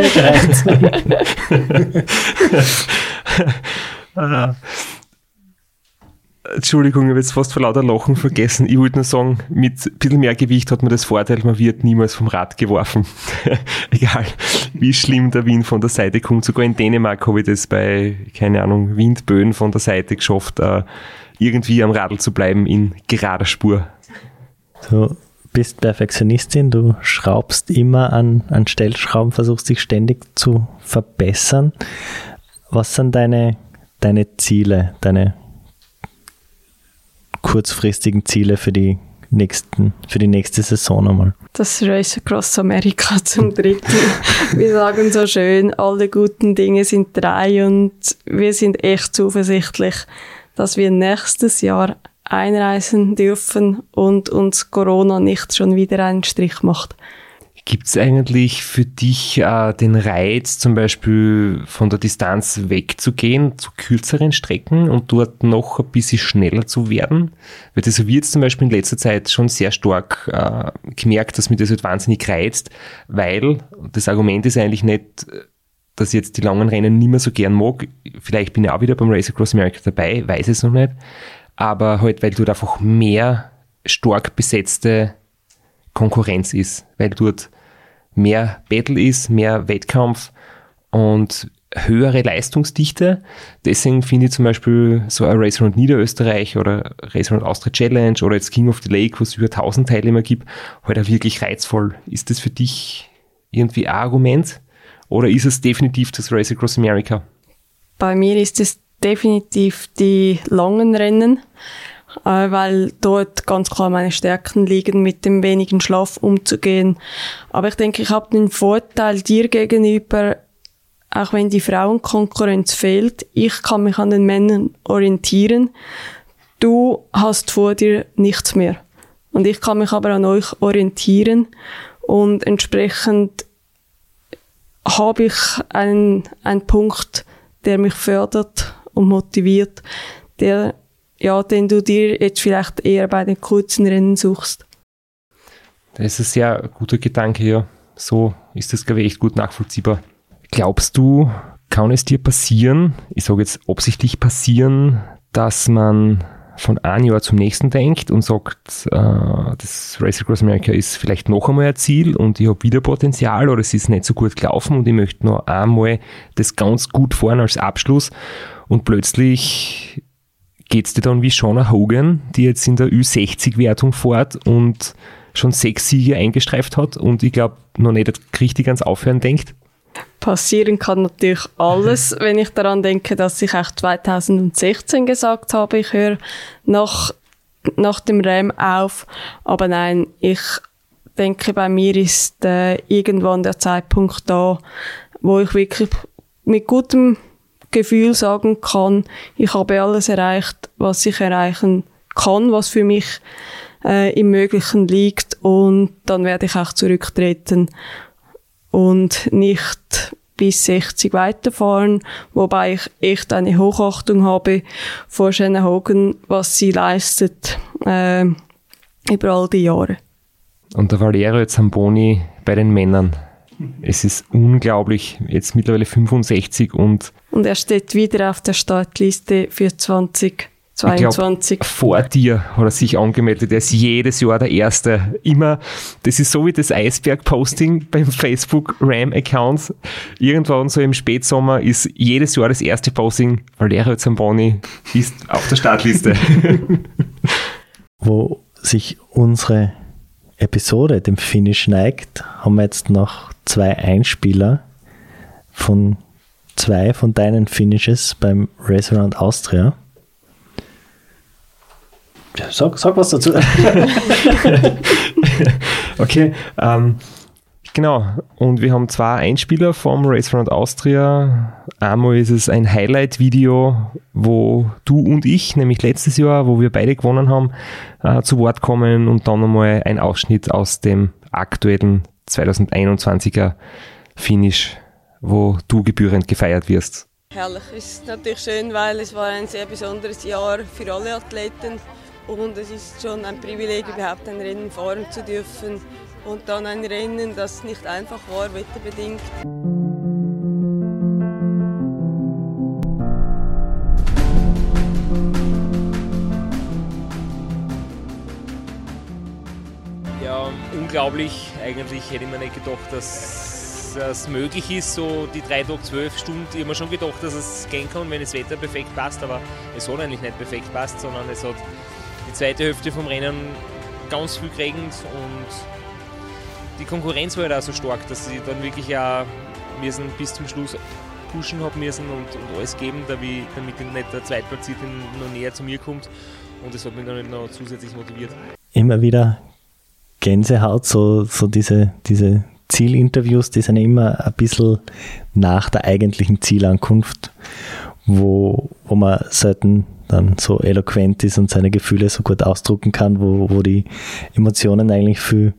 Entschuldigung, ich habe jetzt fast vor lauter Lachen vergessen. Ich wollte nur sagen, mit ein bisschen mehr Gewicht hat man das Vorteil, man wird niemals vom Rad geworfen. Egal, wie schlimm der Wind von der Seite kommt. Sogar in Dänemark habe ich das bei, keine Ahnung, Windböen von der Seite geschafft, irgendwie am Radl zu bleiben in gerader Spur. Du bist Perfektionistin, du schraubst immer an Stellschrauben, versuchst dich ständig zu verbessern. Was sind deine Ziele, deine kurzfristigen Ziele für die nächste Saison einmal? Das Race Across America zum 3. Wir sagen so schön, alle guten Dinge sind 3 und wir sind echt zuversichtlich, dass wir nächstes Jahr einreisen dürfen und uns Corona nicht schon wieder einen Strich macht. Gibt es eigentlich für dich den Reiz, zum Beispiel von der Distanz wegzugehen zu kürzeren Strecken und dort noch ein bisschen schneller zu werden? Weil das habe ich jetzt zum Beispiel in letzter Zeit schon sehr stark gemerkt, dass mich das halt wahnsinnig reizt, weil das Argument ist eigentlich nicht, dass ich jetzt die langen Rennen nicht mehr so gern mag. Vielleicht bin ich auch wieder beim Race Across America dabei, weiß es noch nicht. Aber halt, weil dort einfach mehr stark besetzte Konkurrenz ist, weil dort mehr Battle ist, mehr Wettkampf und höhere Leistungsdichte. Deswegen finde ich zum Beispiel so ein Race Around Niederösterreich oder Race Around Austria Challenge oder jetzt King of the Lake, wo es über 1000 Teilnehmer gibt, halt auch wirklich reizvoll. Ist das für dich irgendwie ein Argument oder ist es definitiv das Race Across America? Bei mir ist es definitiv die langen Rennen, weil dort ganz klar meine Stärken liegen, mit dem wenigen Schlaf umzugehen. Aber ich denke, ich habe den Vorteil dir gegenüber, auch wenn die Frauenkonkurrenz fehlt, ich kann mich an den Männern orientieren. Du hast vor dir nichts mehr. Und ich kann mich aber an euch orientieren und entsprechend habe ich einen Punkt, der mich fördert und motiviert, den du dir jetzt vielleicht eher bei den kurzen Rennen suchst. Das ist ein sehr guter Gedanke, ja. So ist das, glaube ich, echt gut nachvollziehbar. Glaubst du, kann es dir passieren, ich sage jetzt absichtlich passieren, dass man von einem Jahr zum nächsten denkt und sagt, das Race Across America ist vielleicht noch einmal ein Ziel und ich habe wieder Potenzial oder es ist nicht so gut gelaufen und ich möchte noch einmal das ganz gut fahren als Abschluss und plötzlich geht es dir dann wie Shawna Hogan, die jetzt in der Ü60-Wertung fährt und schon 6 Siege eingestreift hat und ich glaube noch nicht richtig ans Aufhören denkt? Passieren kann natürlich alles, wenn ich daran denke, dass ich auch 2016 gesagt habe, ich höre nach dem Rennen auf. Aber nein, ich denke, bei mir ist irgendwann der Zeitpunkt da, wo ich wirklich mit gutem Gefühl sagen kann, ich habe alles erreicht, was ich erreichen kann, was für mich im Möglichen liegt und dann werde ich auch zurücktreten und nicht bis 60 weiterfahren, wobei ich echt eine Hochachtung habe vor Shawna Hogan, was sie leistet über all die Jahre. Und der Valerio Zamboni bei den Männern. Es ist unglaublich, jetzt mittlerweile 65 und er steht wieder auf der Startliste für 2022. Ich glaub, vor dir hat er sich angemeldet. Er ist jedes Jahr der Erste. Immer, das ist so wie das Eisberg-Posting beim Facebook-Ram-Account. Irgendwann so im Spätsommer ist jedes Jahr das erste Posting, Valerio Zamboni ist auf der Startliste. Wo sich unsere Episode dem Finish neigt, haben wir jetzt noch 2 Einspieler von 2 von deinen Finishes beim Race Around Austria. Ja, sag was dazu. Okay, genau. Und wir haben 2 Einspieler vom Race Around Austria. Einmal ist es ein Highlight-Video, wo du und ich, nämlich letztes Jahr, wo wir beide gewonnen haben, zu Wort kommen und dann nochmal ein Ausschnitt aus dem aktuellen 2021er Finish, wo du gebührend gefeiert wirst. Herrlich, es ist natürlich schön, weil es war ein sehr besonderes Jahr für alle Athleten und es ist schon ein Privileg, überhaupt ein Rennen fahren zu dürfen und dann ein Rennen, das nicht einfach war, wetterbedingt. Ja, unglaublich. Eigentlich hätte ich mir nicht gedacht, dass es möglich ist, so die 3 Tage 12 Stunden. Ich habe mir schon gedacht, dass es gehen kann, wenn das Wetter perfekt passt, aber es hat eigentlich nicht perfekt passt, sondern es hat die zweite Hälfte vom Rennen ganz viel geregnet und die Konkurrenz war halt auch so stark, dass sie dann wirklich auch müssen bis zum Schluss pushen habe müssen und alles geben, damit nicht der Zweitplatzierte noch näher zu mir kommt. Und das hat mich dann noch zusätzlich motiviert. Immer wieder Gänsehaut, so diese Zielinterviews, die sind immer ein bisschen nach der eigentlichen Zielankunft, wo man selten dann so eloquent ist und seine Gefühle so gut ausdrücken kann, wo die Emotionen eigentlich viel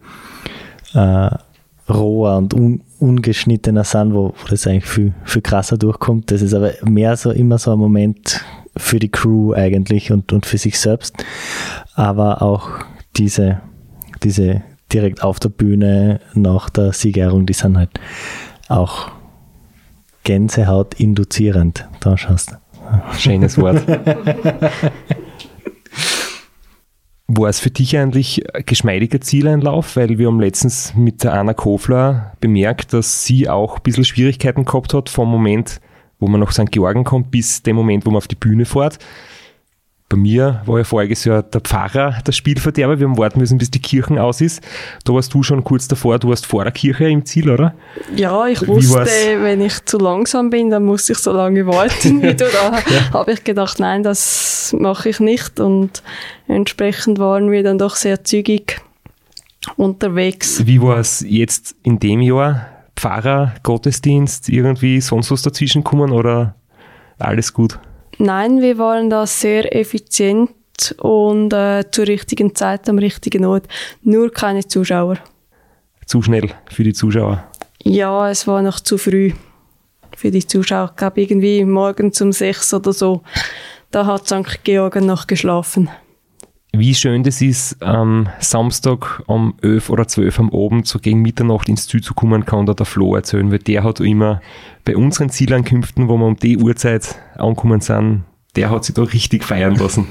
roher und ungeschnittener sind, wo das eigentlich viel krasser durchkommt. Das ist aber mehr so immer so ein Moment für die Crew eigentlich und für sich selbst. Aber auch diese direkt auf der Bühne nach der Siegerehrung, die sind halt auch Gänsehaut induzierend. Da schaust du. Schönes Wort. War es für dich eigentlich ein geschmeidiger Zieleinlauf? Weil wir haben letztens mit der Anna Kofler bemerkt, dass sie auch ein bisschen Schwierigkeiten gehabt hat vom Moment, wo man nach St. Georgen kommt, bis dem Moment, wo man auf die Bühne fährt. Bei mir war ja voriges Jahr der Pfarrer der Spielverderber. Wir haben warten müssen, bis die Kirche aus ist. Da warst du schon kurz davor. Du warst vor der Kirche im Ziel, oder? Ja, ich wusste, wenn ich zu langsam bin, dann muss ich so lange warten wie du. Da habe ich gedacht, nein, das mache ich nicht. Und entsprechend waren wir dann doch sehr zügig unterwegs. Wie war es jetzt in dem Jahr? Pfarrer, Gottesdienst, irgendwie sonst was dazwischen kommen oder alles gut? Nein, wir waren da sehr effizient und zur richtigen Zeit am richtigen Ort. Nur keine Zuschauer. Zu schnell für die Zuschauer? Ja, es war noch zu früh für die Zuschauer. Ich glaube, irgendwie morgens um 6 oder so. Da hat St. Georgen noch geschlafen. Wie schön das ist, am Samstag um 11 oder 12 am Abend so gegen Mitternacht ins Ziel zu kommen, kann da der Flo erzählen, weil der hat immer bei unseren Zielankünften, wo wir um die Uhrzeit angekommen sind, der hat sich da richtig feiern lassen.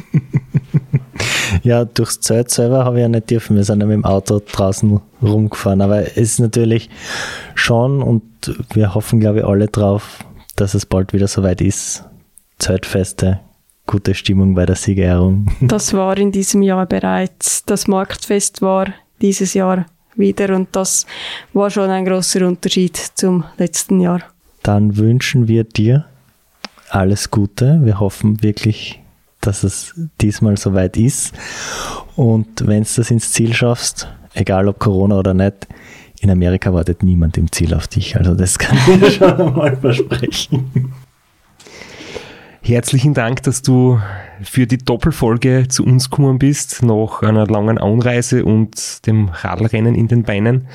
Ja, durchs Zelt selber habe ich ja nicht dürfen. Wir sind ja mit dem Auto draußen rumgefahren. Aber es ist natürlich schon, und wir hoffen, glaube ich, alle drauf, dass es bald wieder soweit ist. Zeltfeste, gute Stimmung bei der Siegerehrung. Das war in diesem Jahr bereits. Das Marktfest war dieses Jahr wieder und das war schon ein großer Unterschied zum letzten Jahr. Dann wünschen wir dir alles Gute. Wir hoffen wirklich, dass es diesmal soweit ist. Und wenn du das ins Ziel schaffst, egal ob Corona oder nicht, in Amerika wartet niemand im Ziel auf dich. Also das kann ich dir schon einmal versprechen. Herzlichen Dank, dass du für die Doppelfolge zu uns gekommen bist, nach einer langen Anreise und dem Radlrennen in den Beinen.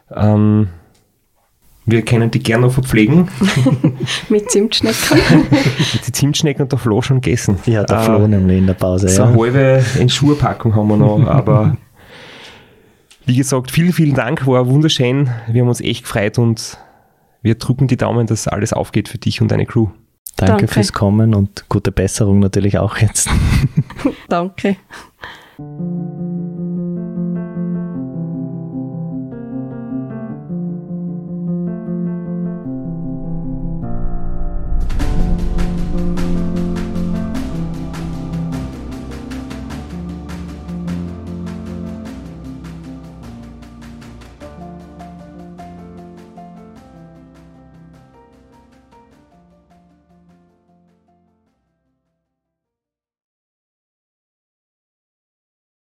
Wir können die gerne noch verpflegen. Mit Zimtschnecken. Die Zimtschnecken und der Flo schon gegessen. Ja, der Flo nämlich in der Pause. So eine halbe Entschurpackung haben wir noch, aber wie gesagt, vielen, vielen Dank, war wunderschön. Wir haben uns echt gefreut und wir drücken die Daumen, dass alles aufgeht für dich und deine Crew. Danke fürs Kommen und gute Besserung natürlich auch jetzt. Danke.